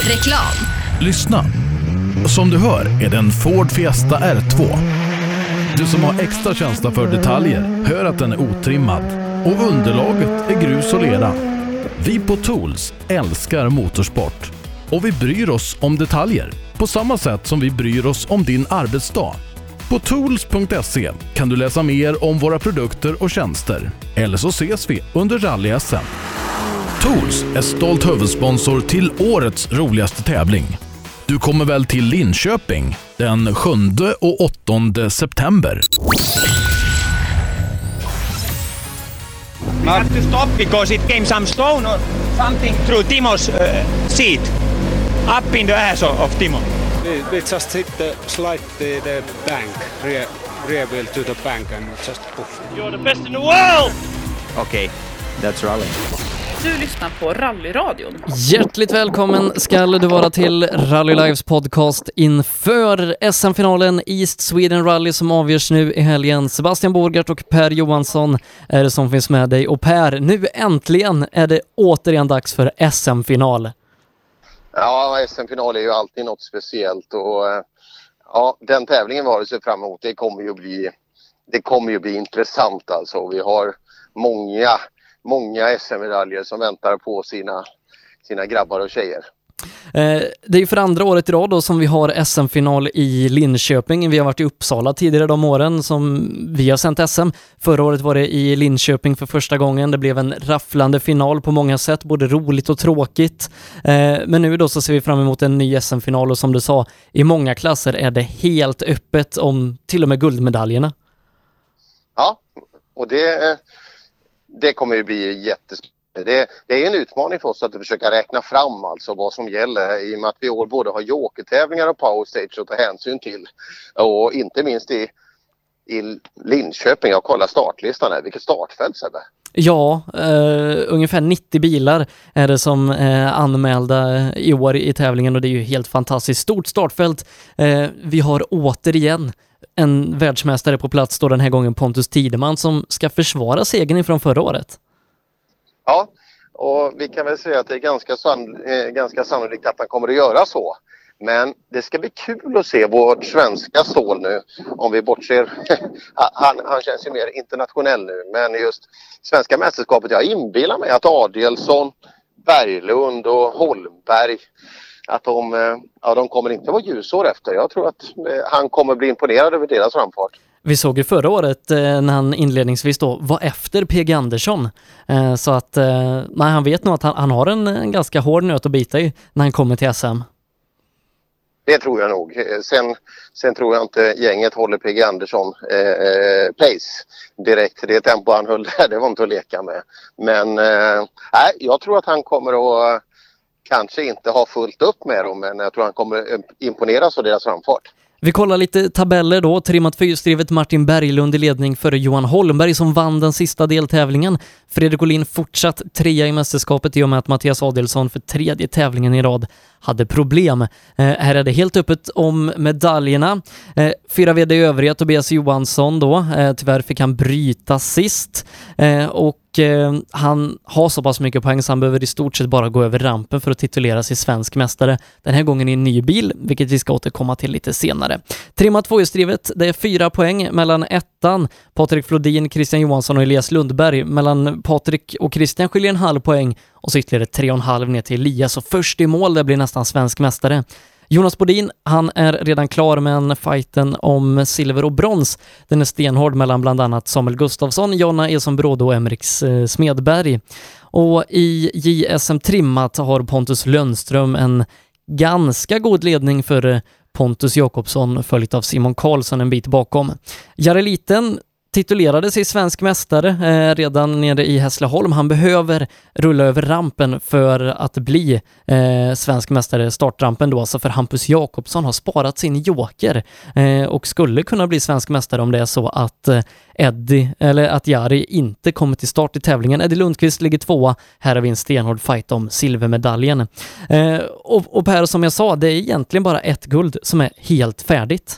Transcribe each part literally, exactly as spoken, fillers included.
Reklam. Lyssna. Som du hör är det en Ford Fiesta R två. Du som har extra känsla för detaljer hör att den är otrimmad och underlaget är grus och lera. Vi på Tools älskar motorsport och vi bryr oss om detaljer på samma sätt som vi bryr oss om din arbetsdag. På tools punkt se kan du läsa mer om våra produkter och tjänster. Eller så ses vi under Rally-S M. Tools är stolt huvudsponsor till årets roligaste tävling. Du kommer väl till Linköping den sjunde och åttonde september. We have to stop because it came some stone or something through Timo's uh, seat. Up in the ass of, of Timo. We, we just hit the slide the, the bank, rear, rear wheel to the bank and just poof. You're the best in the world! Okay, that's rally. Du lyssnar på Rallyradion. Hjärtligt välkommen ska du vara till Rally Lives podcast inför S M-finalen East Sweden Rally som avgörs nu i helgen. Sebastian Borgart och Per Johansson är det som finns med dig. Och Per, nu äntligen är det återigen dags för S M-final. Ja, S M-final är ju alltid något speciellt och ja, den tävlingen var det sig fram emot. Det kommer ju bli, det kommer ju bli intressant alltså. Vi har många Många S M-medaljer som väntar på sina, sina grabbar och tjejer. Eh, det är ju för andra året i rad då som vi har S M-final i Linköping. Vi har varit i Uppsala tidigare de åren som vi har sänt S M. Förra året var det i Linköping för första gången. Det blev en rafflande final på många sätt, både roligt och tråkigt. Eh, men nu då så ser vi fram emot en ny S M-final och som du sa, i många klasser är det helt öppet om till och med guldmedaljerna. Ja, och det... Det kommer ju bli jättespännande. Det, det är en utmaning för oss att försöka räkna fram alltså vad som gäller i och med att vi år både har jokertävlingar och power stage att ta hänsyn till. Och inte minst i, i Linköping, jag kollar startlistan här. Vilket startfält är det? Ja, eh, ungefär nittio bilar är det som är eh, anmälda i år i tävlingen och det är ju helt fantastiskt stort startfält. Eh, vi har återigen en världsmästare på plats då den här gången Pontus Tideman som ska försvara segern ifrån förra året. Ja, och vi kan väl säga att det är ganska, sann, eh, ganska sannolikt att han kommer att göra så. Men det ska bli kul att se vårt svenska stål nu. Om vi bortser, han, han känns ju mer internationell nu. Men just svenska mästerskapet, jag inbillar mig att Adelsson, Berglund och Holmberg, att de, ja, de kommer inte vara ljusår efter. Jag tror att han kommer bli imponerad över deras framfart. Vi såg ju förra året när han inledningsvis då var efter P G Andersson. Så att nej, han vet nog att han, han har en, en ganska hård nöt att bita i när han kommer till S M. Det tror jag nog. Sen, sen tror jag inte gänget håller P G Andersson eh, pace direkt. Det tempo han höll där, det var inte att leka med. Men eh, jag tror att han kommer att kanske inte ha fullt upp med dem, men jag tror han kommer imponeras av deras framfart. Vi kollar lite tabeller då. Trimmat fyrhjulsdrivet Martin Berglund i ledning före Johan Holmberg som vann den sista deltävlingen. Fredrik Olin fortsatt trea i mästerskapet i och med att Mattias Adelsson för tredje tävlingen i rad hade problem. Eh, här är det helt öppet om medaljerna. Eh, fyra vd övriga, Tobias Johansson då. Eh, tyvärr fick han bryta sist. Eh, och eh, han har så pass mycket poäng så han behöver i stort sett bara gå över rampen för att titulera sig svensk mästare. Den här gången i en ny bil, vilket vi ska återkomma till lite senare. Trimmat tvåhjulsdrivet, det är fyra poäng mellan ettan, Patrik Flodin, Christian Johansson och Elias Lundberg. Mellan Patrik och Christian skiljer en halv poäng och så ytterligare tre och en halv ner till Elias. Och först i mål, det blir nästan svensk mästare. Jonas Bodin, han är redan klar med en fighten om silver och brons. Den är stenhård mellan bland annat Samuel Gustafsson, Jonna Eson Bråde och Emriks eh, Smedberg. Och i J S M trimmat har Pontus Lönström en ganska god ledning för Pontus Jakobsson, följt av Simon Karlsson en bit bakom. Jari Liten titulerade sig svensk mästare eh, redan nere i Hässleholm. Han behöver rulla över rampen för att bli eh, svensk mästare, startrampen då, alltså för Hampus Jakobsson har sparat sin joker eh, och skulle kunna bli svensk mästare om det är så att eh, Eddie, eller att Jari inte kommer till start i tävlingen. Eddie Lundqvist ligger tvåa. Här har vi en stenhård fight om silvermedaljen. Eh, och, och Per, som jag sa, det är egentligen bara ett guld som är helt färdigt.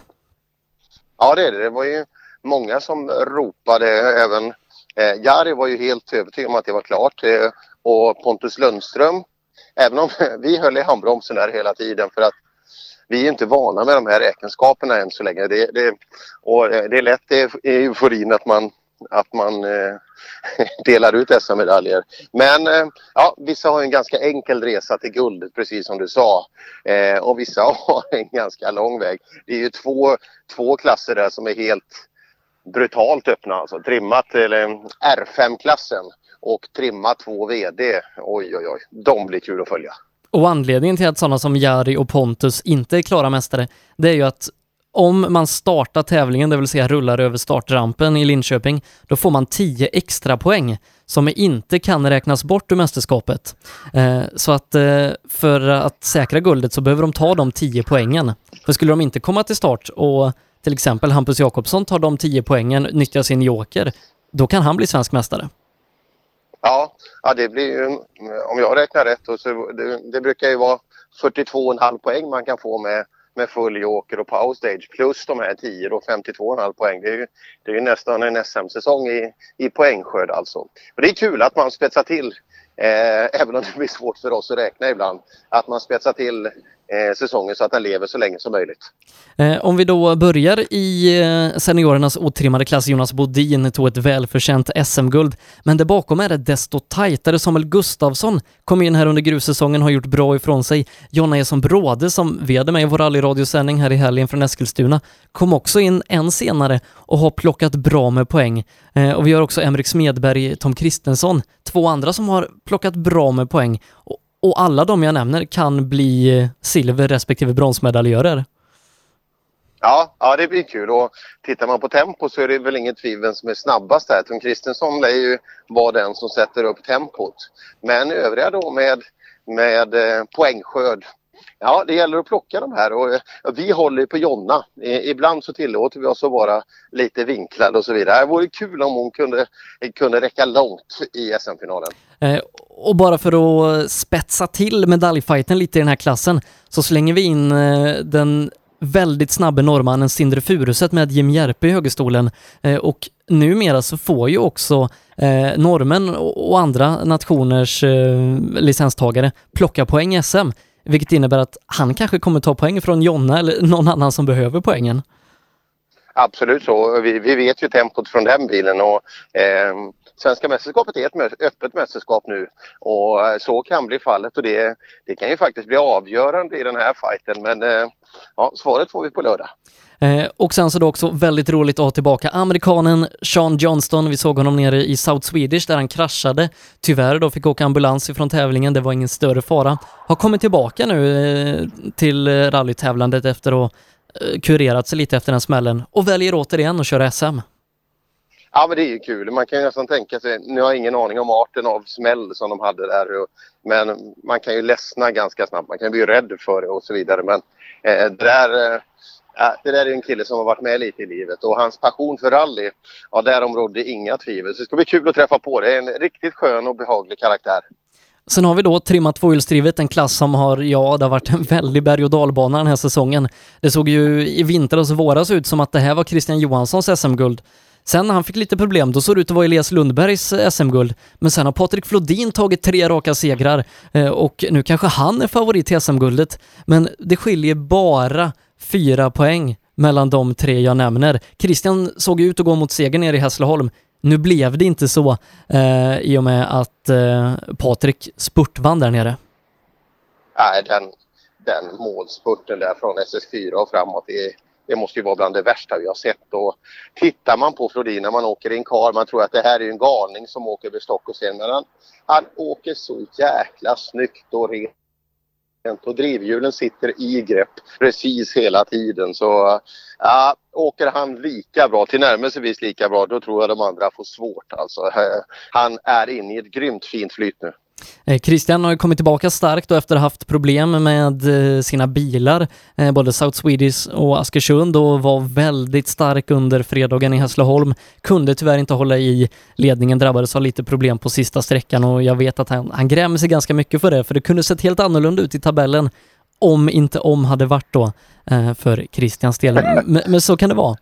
Ja, det är det. Det var ju många som ropade, även eh, Jari var ju helt övertygad om att det var klart. Eh, och Pontus Lundström även om vi höll i handbromsen här hela tiden för att vi är inte vana med de här räkenskaperna än så länge. Det, det, och det är lätt i euforin att man, att man eh, delar ut dessa medaljer. Men eh, ja, vissa har en ganska enkel resa till guld, precis som du sa. Eh, och vissa har en ganska lång väg. Det är ju två, två klasser där som är helt brutalt öppna. Alltså trimmat, eller R fem-klassen och trimma två V D. Oj, oj, oj. De blir kul att följa. Och anledningen till att sådana som Jari och Pontus inte är klara mästare, det är ju att om man startar tävlingen, det vill säga rullar över startrampen i Linköping, då får man tio extra poäng som inte kan räknas bort ur mästerskapet. Eh, så att eh, för att säkra guldet så behöver de ta de tio poängen. För skulle de inte komma till start och till exempel Hampus Jakobsson tar de tio poängen, nyttjar sin joker, då kan han bli svensk mästare. Ja, ja det blir ju, om jag räknar rätt, och så det, det brukar ju vara fyrtiotvå komma fem poäng man kan få med, med full joker och power stage plus de här tio och femtiotvå komma fem poäng. Det är ju, det är ju nästan en S M-säsong i, i poängskörd alltså. Och det är kul att man spetsar till, eh, även om det blir svårt för oss att räkna ibland, att man spetsar till eh, säsongen så att den lever så länge som möjligt. Eh, om vi då börjar i eh, seniorernas otrimmade klass, Jonas Bodin tog ett välförtjänt S M-guld, men där bakom är det desto tajtare. Samuel Gustafsson kom in här under grussäsongen, har gjort bra ifrån sig. Jonna Eson Bråde, som vi hade med i vår rallyradiosändning här i helgen från Eskilstuna, kom också in en senare och har plockat bra med poäng. Eh, och vi har också Emrik Smedberg, Tom Kristensson, två andra som har plockat bra med poäng. Och, och alla de jag nämner kan bli silver respektive bronsmedaljörer. Ja, ja, det blir kul. Och tittar man på tempo så är det väl inget tvivel som är snabbast här. Tom Kristensson lär ju vara den som sätter upp tempot. Men övriga då med, med eh, poängskörd. Ja, det gäller att plocka de här. Och, och vi håller på Jonna. I, ibland så tillåter vi oss att vara lite vinklade och så vidare. Det vore kul om hon kunde, kunde räcka långt i S M-finalen. Eh, och bara för att spetsa till medaljfighten lite i den här klassen så slänger vi in eh, den väldigt snabbe norrmannen Sindre Furuset med Jim Järpe i högerstolen. Eh, och numera så får ju också eh, normen och, och andra nationers eh, licenstagare plocka poäng i S M. Vilket innebär att han kanske kommer ta poäng från Jonna eller någon annan som behöver poängen. Absolut så. Vi, vi vet ju tempot från den bilen och eh, Svenska mästerskapet är ett öppet mästerskap nu och så kan bli fallet och det, det kan ju faktiskt bli avgörande i den här fighten, men eh, ja, svaret får vi på lördag. Eh, och sen så då också väldigt roligt att ha tillbaka amerikanen Sean Johnston. Vi såg honom nere i South Swedish där han kraschade. Tyvärr då fick åka ambulans ifrån tävlingen, det var ingen större fara. Har kommit tillbaka nu eh, till rallytävlandet efter att eh, kurerat sig lite efter den smällen och väljer återigen att köra S M. Ja, men det är ju kul. Man kan ju nästan tänka sig, nu har jag ingen aning om arten av smäll som de hade där, men man kan ju ledsna ganska snabbt. Man kan bli rädd för det och så vidare, men eh, det där... Eh, Ja, det där är en kille som har varit med lite i livet och hans passion för rally, ja, därom rådde inga tvivel. Så det ska bli kul att träffa på. Det är en riktigt skön och behaglig karaktär. Sen har vi då trimmat tvåhjulsdrivet, en klass som har, ja, det har varit en väldig berg- och dalbana den här säsongen. Det såg ju i vintras och våras ut som att det här var Christian Johanssons S M-guld. Sen när han fick lite problem, då såg det ut att vara Elias Lundbergs S M-guld. Men sen har Patrik Flodin tagit tre raka segrar och nu kanske han är favorit till S M-guldet. Men det skiljer bara fyra poäng mellan de tre jag nämner. Christian såg ut att gå mot seger ner i Hässleholm. Nu blev det inte så eh, i och med att eh, Patrik spurtvann där nere. Nej, den, den målspurten där från S S fyra och framåt, det, det måste ju vara bland det värsta vi har sett. Och tittar man på Flodin när man åker i en kar, man tror att det här är en galning som åker över stock och sen, men han, han åker så jäkla snyggt och rent. Och drivhjulen sitter i grepp precis hela tiden. Så ja, åker han lika bra, till närmelsevis lika bra, då tror jag de andra får svårt. Alltså, han är inne i ett grymt fint flyt nu. Christian har ju kommit tillbaka starkt och efter haft problem med sina bilar, både South Swedish och Askersund, och var väldigt stark under fredagen i Hässleholm. Kunde tyvärr inte hålla i ledningen, drabbades av lite problem på sista sträckan och jag vet att han, han grämer sig ganska mycket för det, för det kunde sett helt annorlunda ut i tabellen om inte om hade varit då för Christians del. Men, men så kan det vara.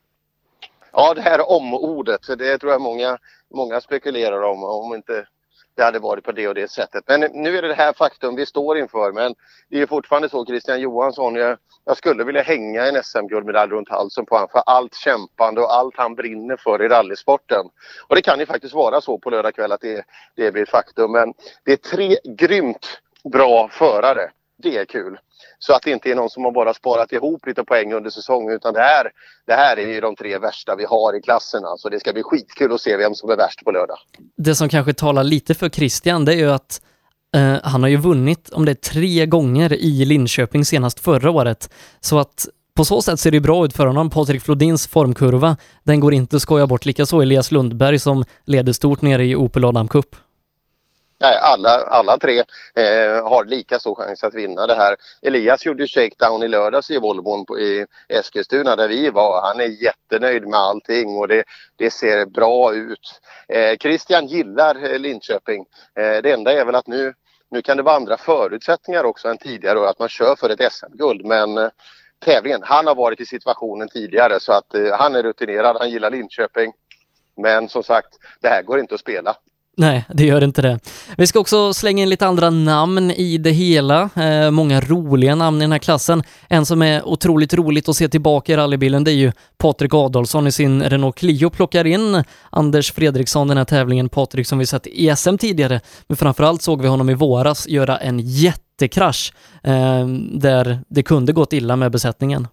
Ja, det här om-ordet, det tror jag många, många spekulerar om. Om inte det hade varit på det och det sättet. Men nu är det det här faktum vi står inför. Men det är fortfarande så, Christian Johansson, jag, jag skulle vilja hänga en S M-guldmedalj runt halsen på honom för allt kämpande och allt han brinner för i rallysporten. Och det kan ju faktiskt vara så på lördag kväll att det, det blir ett faktum. Men det är tre grymt bra förare. Det är kul. Så att det inte är någon som har bara sparat ihop lite poäng under säsongen, utan det här, det här är ju de tre värsta vi har i klassen. Så det ska bli skitkul att se vem som är värst på lördag. Det som kanske talar lite för Christian, det är ju att eh, han har ju vunnit om det är tre gånger i Linköping senast förra året. Så att på så sätt ser det bra ut för honom. Patrik Flodins formkurva, den går inte att skoja bort. Likaså Elias Lundberg som leder stort nere i Opel Adam Cup. Nej, alla, alla tre eh, har lika stor chans att vinna det här. Elias gjorde ju shakedown i lördags i Volvon på, i Eskilstuna där vi var. Han är jättenöjd med allting och det, det ser bra ut. Eh, Christian gillar eh, Linköping. Eh, det enda är väl att nu, nu kan det vara andra förutsättningar också än tidigare och att man kör för ett S M-guld. Men eh, tävlingen, han har varit i situationen tidigare så att eh, han är rutinerad, han gillar Linköping. Men som sagt, det här går inte att spela. Nej, det gör inte det. Vi ska också slänga in lite andra namn i det hela. Eh, många roliga namn i den här klassen. En som är otroligt roligt att se tillbaka i rallybilen, det är ju Patrik Adolfsson i sin Renault Clio. Plockar in Anders Fredriksson den här tävlingen. Patrik som vi sett i S M tidigare. Men framförallt såg vi honom i våras göra en jättekrasch eh, där det kunde gått illa med besättningen.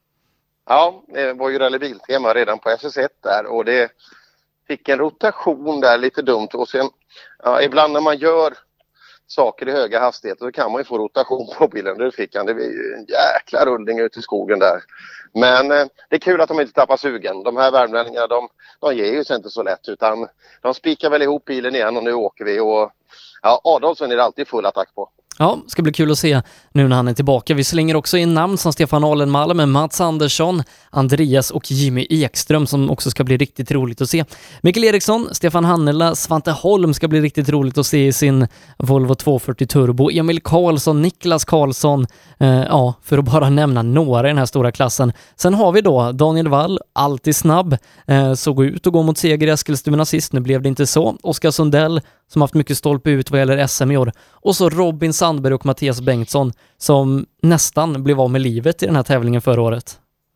Ja, det var ju rallybiltema redan på S S ett där och det fick en rotation där lite dumt och sen ja, ibland när man gör saker i höga hastigheter så kan man ju få rotation på bilen. Det fick han, det var ju en jäkla rullning ut i skogen där. Men eh, det är kul att de inte tappar sugen. De här värmlänningarna, de, de ger ju sig inte så lätt utan de spikar väl ihop bilen igen och nu åker vi och ja, Adolfsson är det alltid full attack på. Ja, ska bli kul att se nu när han är tillbaka. Vi slänger också in namn som Stefan Alenmalm, Mats Andersson, Andreas och Jimmy Ekström som också ska bli riktigt roligt att se. Mikael Eriksson, Stefan Hannela, Svante Holm ska bli riktigt roligt att se i sin Volvo tvåhundrafyrtio Turbo. Emil Karlsson, Niklas Karlsson, eh, ja, för att bara nämna några i den här stora klassen. Sen har vi då Daniel Wall, alltid snabb, eh, såg ut och gå mot seger i Eskilstuna sist, nu blev det inte så. Oskar Sundell som haft mycket stolpe ut vad gäller S M i år. Och så Robin Sandberg och Mattias Bengtsson som nästan blev av med livet i den här tävlingen förra året.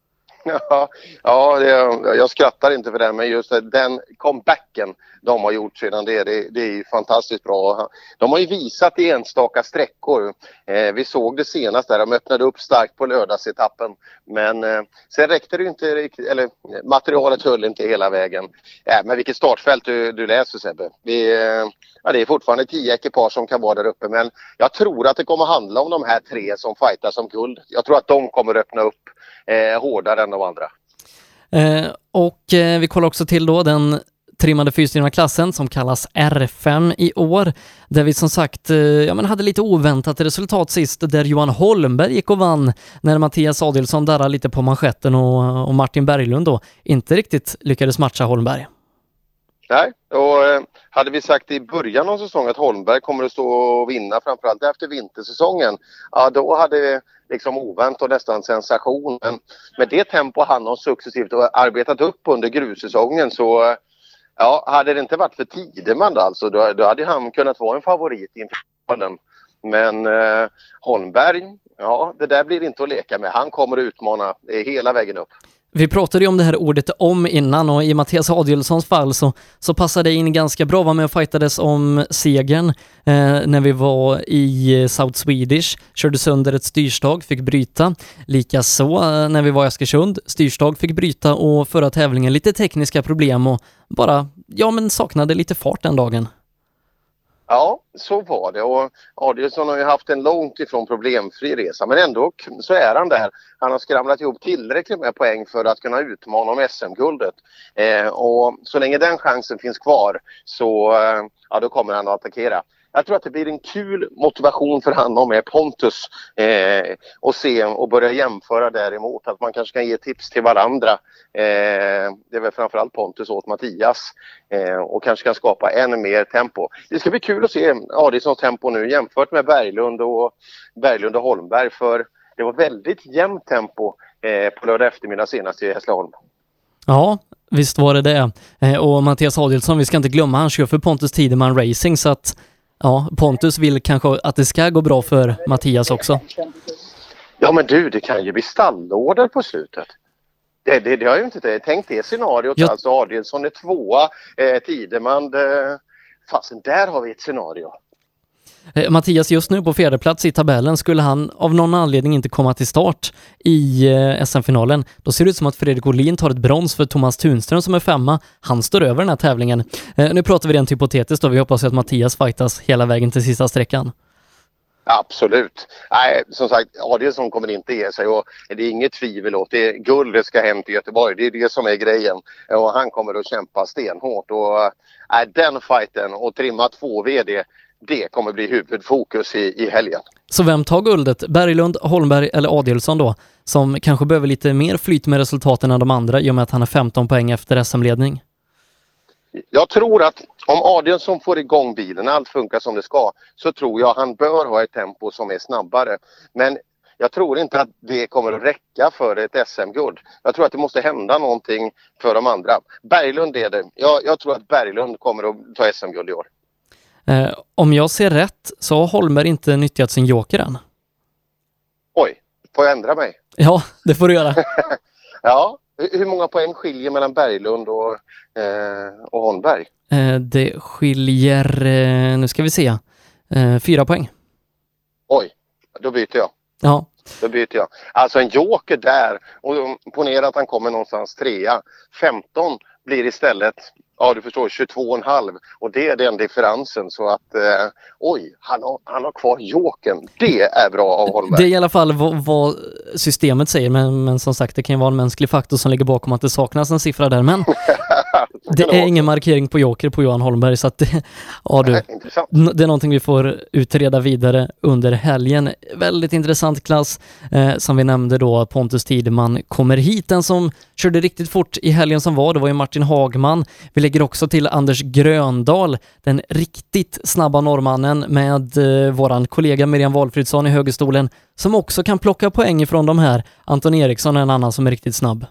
Ja, ja det, jag skrattar inte för det, men just den comebacken de har gjort sedan det, det, det är ju fantastiskt bra. De har ju visat i enstaka sträckor. Eh, vi såg det senast där, de öppnade upp starkt på lördagsetappen. Men eh, sen räckte det ju inte riktigt, eller materialet höll inte hela vägen. Ja, men vilket startfält du, du läser, Sebbe. Vi, eh, ja, det är fortfarande tio ekipage som kan vara där uppe, men jag tror att det kommer handla om de här tre som fightas om guld. Jag tror att de kommer öppna upp eh, hårdare än de andra. Eh, och eh, vi kollar också till då den trimmade fyrstyrna klassen som kallas R fem i år, där vi som sagt eh, ja, men hade lite oväntat resultat sist där Johan Holmberg gick och vann när Mattias Adelsson darrade lite på manschetten och, och Martin Berglund då inte riktigt lyckades matcha Holmberg. Nej, och eh, hade vi sagt i början av säsongen att Holmberg kommer att stå och vinna framförallt efter vintersäsongen, ja då hade vi liksom oväntat och nästan sensation. Men med det tempo han har successivt arbetat upp under grussäsongen så ja, hade det inte varit för Tideman alltså, då, då hade han kunnat vara en favorit inför den. Men eh, Holmberg, ja det där blir inte att leka med. Han kommer att utmana hela vägen upp. Vi pratade ju om det här ordet om innan och i Mattias Adilssons fall så, så passade det in ganska bra. Var med och fightades om segern eh, när vi var i South Swedish. Körde sönder ett styrstag, fick bryta. Likaså eh, när vi var i Askersund. Styrstag fick bryta och förra tävlingen lite tekniska problem och bara, ja men saknade lite fart den dagen. Ja, så var det och Adielsson har ju haft en långt ifrån problemfri resa men ändå så är han där. Han har skramlat ihop tillräckligt med poäng för att kunna utmana om S M-guldet. Eh, och så länge den chansen finns kvar så eh, ja, då kommer han att attackera. Jag tror att det blir en kul motivation för honom med Pontus eh, och se och börja jämföra däremot att man kanske kan ge tips till varandra. Eh, det är väl framförallt Pontus åt Mattias eh, och kanske kan skapa ännu mer tempo. Det ska bli kul att se Adilssons tempo nu jämfört med Berglund och, Berglund och Holmberg för det var väldigt jämnt tempo eh, på lördag eftermiddag senast i Hässleholm. Ja, Visst var det det. Eh, och Mattias Adelsson, vi ska inte glömma, han kör för Pontus Tideman Racing, så att ja, Pontus vill kanske att det ska gå bra för Mattias också. Ja men du, det kan ju bli stallorder på slutet. Det, det, det har jag ju inte tänkt det scenariot. Jag... Alltså Adelsson är tvåa, eh, Tideman, eh, fasen där har vi ett scenario. Eh, Mattias just nu på fjärde plats i tabellen, skulle han av någon anledning inte komma till start i eh, S M-finalen, då ser det ut som att Fredrik Olin tar ett brons för Thomas Tunström som är femma. Han står över den här tävlingen. Eh, nu pratar vi rent hypotetiskt då, vi hoppas att Mattias fightas hela vägen till sista sträckan. Absolut. Nej, som sagt, Adelsson kommer inte ge sig och det är inget tvivel åt det. Guldet ska hem till Göteborg, det är det som är grejen. Och han kommer att kämpa stenhårt och nej, den fighten och trimma två V D, det kommer bli huvudfokus i, i helgen. Så vem tar guldet? Berglund, Holmberg eller Adelsson då? Som kanske behöver lite mer flyt med resultaten än de andra i och med att han är femton poäng efter S M-ledning. Jag tror att om Adelsson får igång bilen, allt funkar som det ska, så tror jag han bör ha ett tempo som är snabbare. Men jag tror inte att det kommer att räcka för ett S M-guld. Jag tror att det måste hända någonting för de andra. Berglund är det. Jag, jag tror att Berglund kommer att ta S M-guld i år. Eh, om jag ser rätt så har Holmberg inte nyttjat sin joker än. Oj, får jag ändra mig? Ja, det får du göra. Ja, hur många poäng skiljer mellan Berglund och, eh, och Holmberg? Eh, det skiljer, eh, nu ska vi se, eh, fyra poäng. Oj, då byter jag. Ja. Då byter jag. Alltså en joker där, och ponera att han kommer någonstans trea. femton blir istället, ja du förstår, tjugotvå komma fem. Och det är den differensen, så att eh, oj, han har, han har kvar joken. Det är bra av Holmberg. Det är i alla fall vad, vad systemet säger, men, men som sagt, det kan ju vara en mänsklig faktor som ligger bakom att det saknas en siffra där, men det är ingen markering på joker på Johan Holmberg, så att det, ja, du, det är någonting vi får utreda vidare under helgen. Väldigt intressant klass, eh, som vi nämnde då, Pontus Tideman kommer hit. Den som körde riktigt fort i helgen som var, det var ju Martin Hagman. Vi lägger också till Anders Gröndal, den riktigt snabba norrmannen, med eh, våran kollega Miriam Walfridsson i högerstolen, som också kan plocka poäng ifrån de här. Anton Eriksson är en annan som är riktigt snabb.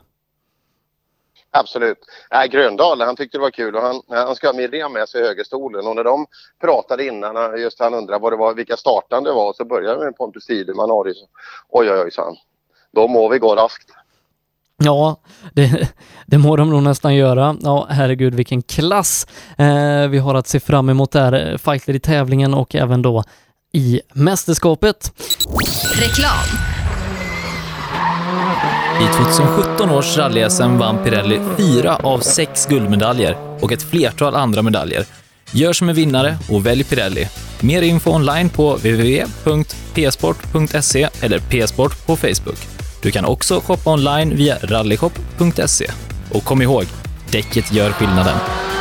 Absolut. Nej, Gröndal, han tyckte det var kul och han, han ska ha Miriam med sig i högerstolen, och när de pratade innan, just han undrade vad det var, vilka startande det var, så började vi med Pontus Tideman och oj oj oj, sa han. Då må vi gå raskt. Ja, det, det må de nog nästan göra. Ja, herregud vilken klass eh, vi har att se fram emot där. Fighter i tävlingen och även då i mästerskapet. Reklam. I tjugosjutton års rally-S M vann Pirelli fyra av sex guldmedaljer och ett flertal andra medaljer. Gör som en vinnare och välj Pirelli. Mer info online på w w w punkt p sport punkt se eller p-sport på Facebook. Du kan också shoppa online via rallyshop punkt se. Och kom ihåg, däcket gör skillnaden.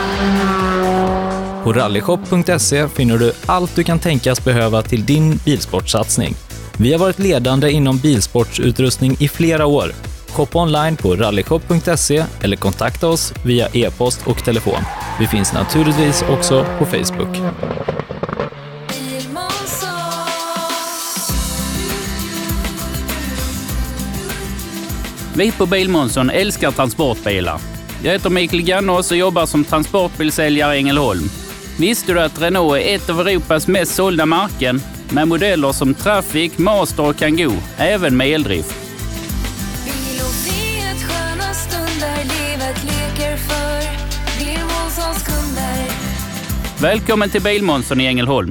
På rallyshop punkt se finner du allt du kan tänkas behöva till din bilsportsatsning. Vi har varit ledande inom bilsportsutrustning i flera år. Shoppa online på rallyshop punkt se eller kontakta oss via e-post och telefon. Vi finns naturligtvis också på Facebook. Vi på Bilmånsson älskar transportbilar. Jag heter Mikael Gannås och jobbar som transportbilsäljare i Ängelholm. Visste du att Renault är ett av Europas mest sålda märken med modeller som Traffic, Master och Kangoo, även med eldrift? Bil och frihet, sköna stunder, livet leker för Bilmånssons kunder. Välkommen till Bilmånsson i Ängelholm.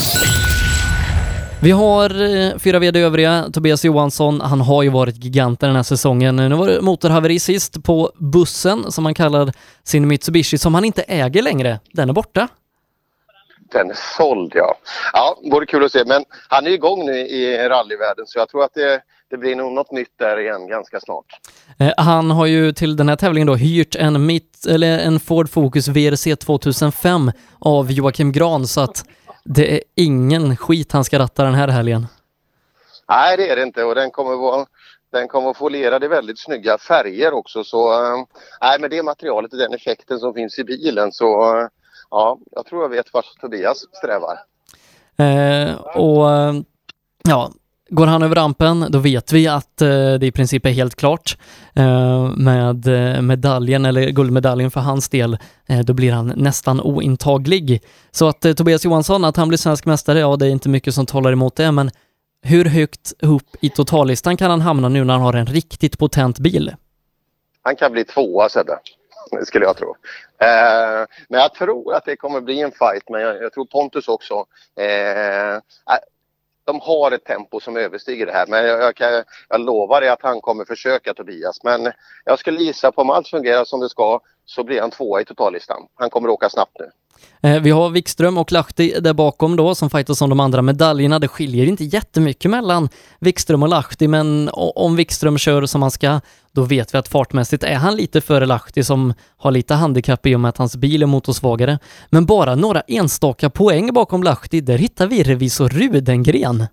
Vi har eh, fyra vd övriga. Tobias Johansson, han har ju varit giganten den här säsongen. Nu var det motorhaveri sist på bussen som man kallar sin Mitsubishi, som han inte äger längre. Den är borta. Den är såld, ja. Ja, vore kul att se. Men han är igång nu i rallyvärlden, så jag tror att det, det blir nog något nytt där igen ganska snart. Eh, han har ju till den här tävlingen då hyrt en, mitt, eller en Ford Focus V R C tvåtusenfem av Joakim Gran, så att det är ingen skit han ska ratta den här helgen. Nej, det är det inte, och den kommer vara, den kommer att få lerade väldigt snygga färger också, så äh, nej, med det materialet och den effekten som finns i bilen, så äh, ja, jag tror jag vet vart Tobias strävar. Eh, och ja, Går han över rampen, då vet vi att eh, det i princip är helt klart eh, med eh, medaljen eller guldmedaljen för hans del. Eh, då blir han nästan ointaglig. Så att eh, Tobias Johansson, att han blir svensk mästare, ja, det är inte mycket som talar emot det, men hur högt upp i totallistan kan han hamna nu när han har en riktigt potent bil? Han kan bli tvåa, Sebbe. Det skulle jag tro. Eh, men jag tror att det kommer bli en fight. Men jag, jag tror Pontus också. Eh, de har ett tempo som överstiger det här. Men jag, jag, kan, jag lovar dig att han kommer försöka, Tobias. Men jag skulle gissa på om allt fungerar som det ska, så blir han tvåa i totallistan. Han kommer åka snabbt nu. Vi har Wikström och Lahti där bakom då som fightas om de andra medaljerna. Det skiljer inte jättemycket mellan Wikström och Lahti, men om Wikström kör som han ska, då vet vi att fartmässigt är han lite före Lahti som har lite handikapp i och med att hans bil är motorsvagare. Men bara några enstaka poäng bakom Lahti, där hittar vi revisor Rudengren.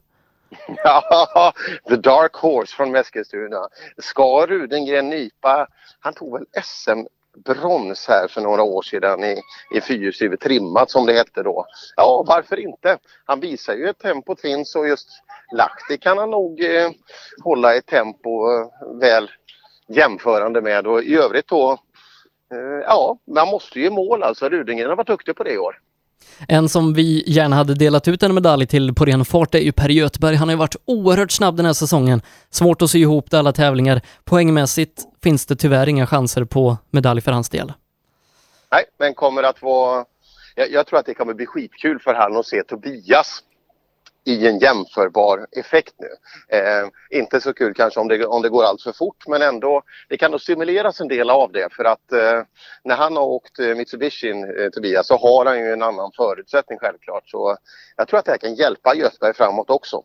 Ja, the dark horse från Eskilstuna. Ska Rudengren nypa? Han tog väl S M brons här för några år sedan i, i fyrhjulsdrivet trimmat som det hette då. Ja, varför inte? Han visar ju att tempot finns och just Lahti kan han nog eh, hålla ett tempo eh, väl jämförande med. Och i övrigt då, eh, ja, man måste ju mål alltså. Rudengren har varit duktig på det i år. En som vi gärna hade delat ut en medalj till på ren fart är ju Per Göthberg. Han har ju varit oerhört snabb den här säsongen. Svårt att sy ihop det alla tävlingar. Poängmässigt finns det tyvärr inga chanser på medalj för hans del. Nej, men kommer att vara... Jag, jag tror att det kommer bli skitkul för han att se Tobias i en jämförbar effekt nu. Eh, inte så kul kanske om det, om det går allt för fort, men ändå det kan då stimuleras en del av det för att eh, när han har åkt eh, Mitsubishi eh, Tobias så har han ju en annan förutsättning självklart. Så jag tror att det här kan hjälpa Göthberg framåt också.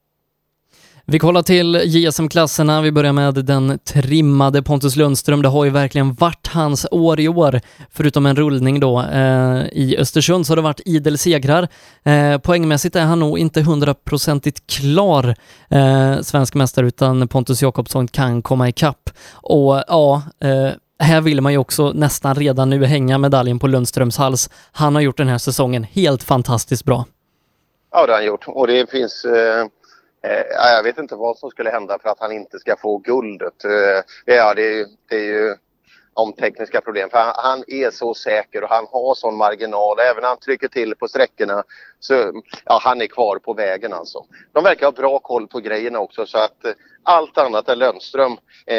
Vi kollar till J S M-klasserna. Vi börjar med den trimmade Pontus Lundström. Det har ju verkligen varit hans år i år. Förutom en rullning då eh, i Östersund så har det varit idel segrar. Eh, poängmässigt är han nog inte hundraprocentigt klar eh, svensk mästare, utan Pontus Jakobsson kan komma ikapp. Och ja... Eh, här vill man ju också nästan redan nu hänga medaljen på Lundströms hals. Han har gjort den här säsongen helt fantastiskt bra. Ja, det har han gjort. Och det finns... Eh... Eh, jag vet inte vad som skulle hända för att han inte ska få guldet. Eh, ja, det är, det är ju om tekniska problem. För han, han är så säker och han har sån marginal. Även när han trycker till på sträckorna så ja, han är kvar på vägen alltså. De verkar ha bra koll på grejerna också så att eh, allt annat än Lundström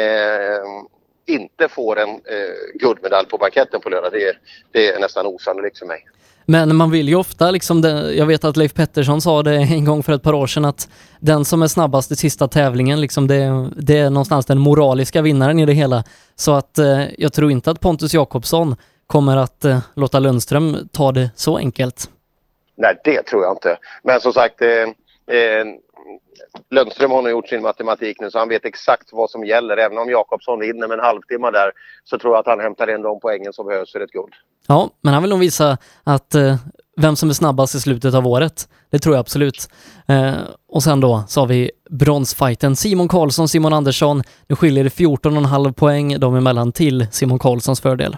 eh, inte får en eh, guldmedalj på banketten på lördag. Det är, det är nästan osannolikt för mig. Men man vill ju ofta, liksom det, jag vet att Leif Pettersson sa det en gång för ett par år sedan, att den som är snabbast i sista tävlingen, liksom det, det är någonstans den moraliska vinnaren i det hela. Så att eh, jag tror inte att Pontus Jakobsson kommer att eh, låta Lundström ta det så enkelt. Nej, det tror jag inte. Men som sagt, eh, eh, Lundström har nu gjort sin matematik nu så han vet exakt vad som gäller. Även om Jakobsson vinner med en halvtimme där så tror jag att han hämtar in de poängen som behövs för ett guld. Ja, men han vill nog visa att eh, vem som är snabbast i slutet av året. Det tror jag absolut. Eh, och sen då så har vi bronsfighten. Simon Karlsson, Simon Andersson. Nu skiljer det fjorton komma fem poäng de emellan till Simon Karlssons fördel.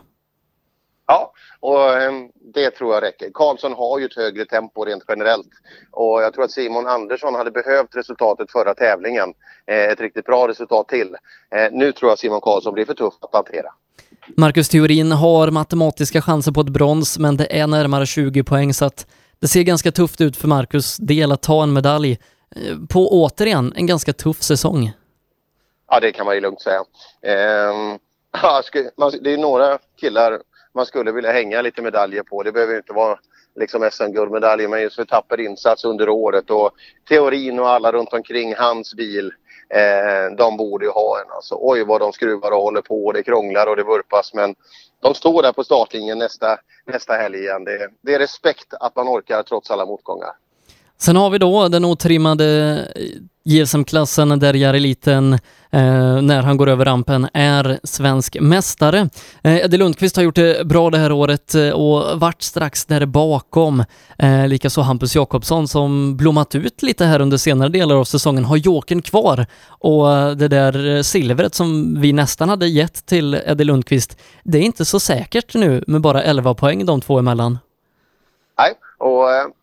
Ja, och eh, det tror jag räcker. Karlsson har ju ett högre tempo rent generellt. Och jag tror att Simon Andersson hade behövt resultatet förra tävlingen. Eh, ett riktigt bra resultat till. Eh, nu tror jag Simon Karlsson blir för tuff att hantera. Marcus Theorin har matematiska chanser på ett brons, men det är närmare tjugo poäng så att det ser ganska tufft ut för Marcus del att ta en medalj på återigen en ganska tuff säsong. Ja, det kan man ju lugnt säga. Eh, det är några killar man skulle vilja hänga lite medaljer på. Det behöver inte vara liksom S M-guldmedaljer, men just för tapper insats under året och Theorin och alla runt omkring hans bil. Eh, de borde ju ha en alltså. Oj vad de skruvar och håller på och det krånglar och det vurpas, men de står där på startlinjen nästa, nästa helg igen. Det, det är respekt att man orkar trots alla motgångar. Sen har vi då den otrimmade J S M-klassen där Järeliten eh, när han går över rampen är svensk mästare. Eh, Eddie Lundqvist har gjort det bra det här året och varit strax där bakom. Eh, Likaså Hampus Jakobsson som blommat ut lite här under senare delar av säsongen har jokern kvar. Och det där silvret som vi nästan hade gett till Eddie Lundqvist, det är inte så säkert nu med bara elva poäng de två emellan. Nej, och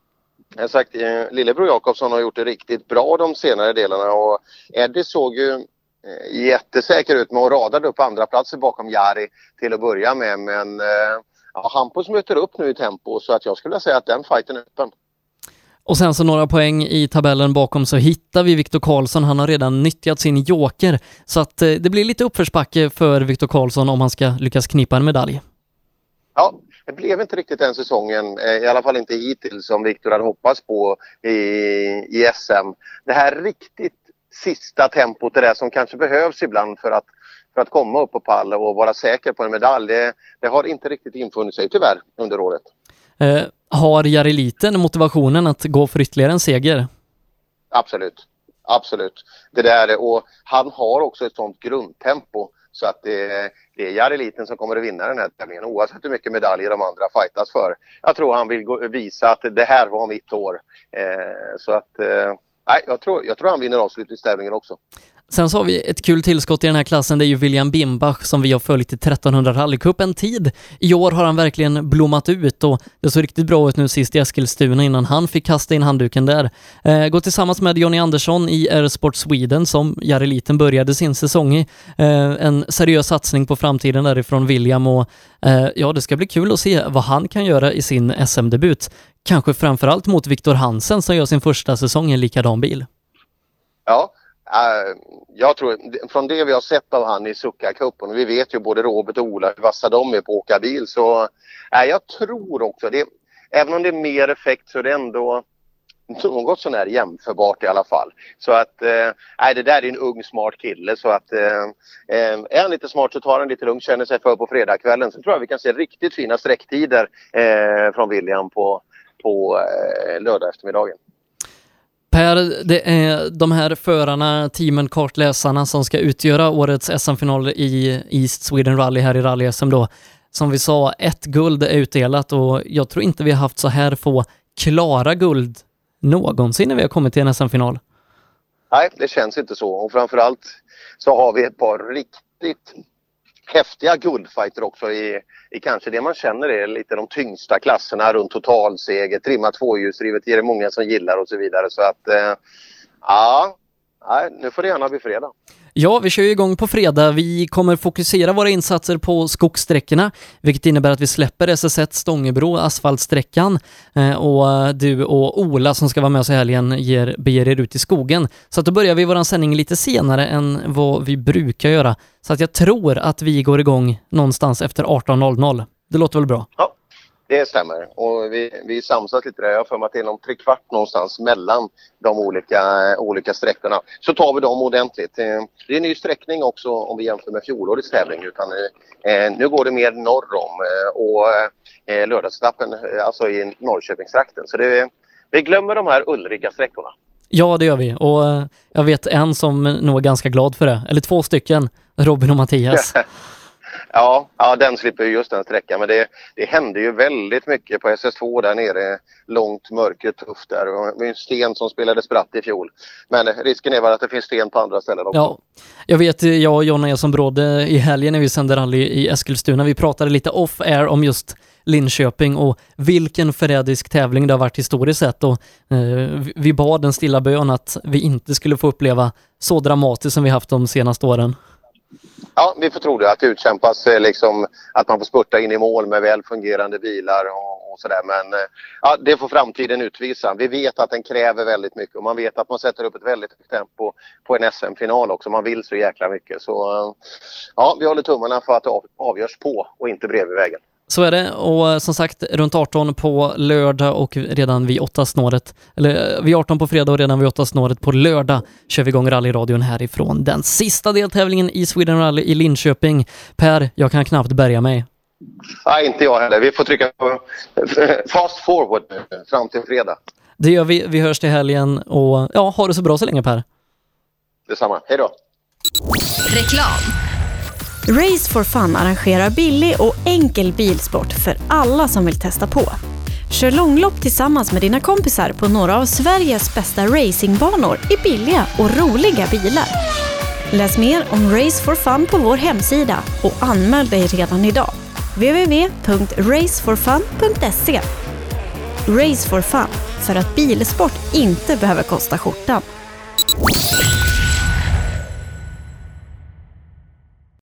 Jag har sagt, eh, Lillebror Jakobsson har gjort det riktigt bra de senare delarna och Eddie såg ju eh, jättesäker ut med att radade upp andra platser bakom Jari till att börja med. Men eh, ja, Hampus möter upp nu i tempo så att jag skulle säga att den fighten är öppen. Och sen så några poäng i tabellen bakom så hittar vi Viktor Karlsson. Han har redan nyttjat sin joker så att eh, det blir lite uppförsbacke för Viktor Karlsson om han ska lyckas knipa en medalj. Ja, det blev inte riktigt den säsongen, i alla fall inte hittills som Viktor hade hoppats på i, i S M. Det här riktigt sista tempot är det som kanske behövs ibland för att, för att komma upp på pall och vara säker på en medalj. Det, det har inte riktigt infunnit sig tyvärr under året. Eh, har Jari Liten motivationen att gå för ytterligare en seger? Absolut, absolut. Det där, och han har också ett sånt grundtempo så att det, det är Jari Liten som kommer att vinna den här tävlingen oavsett hur mycket medaljer de andra fightas för. Jag tror han vill gå, visa att det här var mitt år. Eh, så att, eh, nej, jag tror, jag tror han vinner avslutningstävlingen också. Sen så har vi ett kul tillskott i den här klassen, det är ju William Bimbach som vi har följt i trettonhundra rallycup en tid. I år har han verkligen blommat ut och det såg riktigt bra ut nu sist i Eskilstuna innan han fick kasta in handduken där. Eh, gå tillsammans med Johnny Andersson i R-Sport Sweden som Jari Liten började sin säsong i. Eh, en seriös satsning på framtiden därifrån William och eh, ja, det ska bli kul att se vad han kan göra i sin S M-debut. Kanske framförallt mot Viktor Hansen som gör sin första säsong i en likadan bil. Ja. Uh, jag tror, från det vi har sett av han i Succa-cupen, och vi vet ju både Robert och Ola hur vassa de är på att åka bil, så uh, jag tror också, det, även om det är mer effekt så är det ändå något sån här jämförbart i alla fall. Så att, uh, det där är en ung smart kille, så att uh, uh, är han lite smart så tar han lite lugnt, känner sig för på fredagskvällen, så tror jag vi kan se riktigt fina sträcktider uh, från William på, på uh, lördag eftermiddagen. Per, det är de här förarna, teamen, kartläsarna som ska utgöra årets S M-final i East Sweden Rally här i Rally-S M då. Som vi sa, ett guld är utdelat och jag tror inte vi har haft så här få klara guld någonsin när vi har kommit till en S M-final. Nej, det känns inte så. Och framförallt så har vi ett par riktigt häftiga guldfighter också i, i kanske det man känner är lite de tyngsta klasserna runt totalseger, trimmat tvåhjulsdrivet, ger det många som gillar och så vidare. Så att, eh, ja, nu får det gärna bli fredag. Ja, vi kör igång på fredag. Vi kommer fokusera våra insatser på skogssträckorna, vilket innebär att vi släpper S S ett Stångebro, asfaltsträckan, och du och Ola som ska vara med oss i helgen ger, beger er ut i skogen. Så att då börjar vi vår sändning lite senare än vad vi brukar göra. Så att jag tror att vi går igång någonstans efter arton noll noll. Det låter väl bra? Ja. Det stämmer, och vi, vi samsas lite där. Jag har för mig att det är någon tre kvart någonstans mellan de olika, olika sträckorna. Så tar vi dem ordentligt. Det är en ny sträckning också om vi jämför med fjolårets tävling. Utan, eh, nu går det mer norr om eh, och eh, lördagsetappen alltså i Norrköpingstrakten. Så det, vi glömmer de här ullriga sträckorna. Ja, det gör vi. Och eh, jag vet en som nog är ganska glad för det. Eller två stycken, Robin och Mattias. Ja, ja, den slipper ju just den sträckan. Men det, det händer ju väldigt mycket på S S två där nere. Långt, mörker, tufft där. Och det är en sten som spelade spratt i fjol. Men risken är väl att det finns sten på andra ställen också. Ja, jag vet, jag och Jonna som brådde i helgen när vi sände rally i Eskilstuna. Vi pratade lite off-air om just Linköping och vilken förrädisk tävling det har varit historiskt sett. Och, eh, vi bad en stilla bön att vi inte skulle få uppleva så dramatiskt som vi haft de senaste åren. Ja, vi får tro det, att det utkämpas liksom, att man får spurta in i mål med väl fungerande bilar och, och sådär. Men ja, det får framtiden utvisa. Vi vet att den kräver väldigt mycket och man vet att man sätter upp ett väldigt högt tempo på en S M-final också. Man vill så jäkla mycket. Så ja, vi håller tummarna för att det avgörs på och inte bredvid vägen. Så är det, och som sagt runt arton på lördag och redan vid åtta snåret, eller vid arton på fredag och redan vid åtta snåret på lördag kör vi igång rallyradion härifrån den sista deltävlingen i Sweden Rally i Linköping. Per, jag kan knappt bärga mig. Nej, inte jag heller. Vi får trycka på fast forward fram till fredag. Det gör vi, vi hörs till helgen och ja, ha det så bra så länge, Per. Detsamma, hej då. Reklam. Race for Fun arrangerar billig och enkel bilsport för alla som vill testa på. Kör långlopp tillsammans med dina kompisar på några av Sveriges bästa racingbanor i billiga och roliga bilar. Läs mer om Race for Fun på vår hemsida och anmäl dig redan idag. w w w punkt race for fun punkt se. Race for Fun. för att bilsport inte behöver kosta skjortan.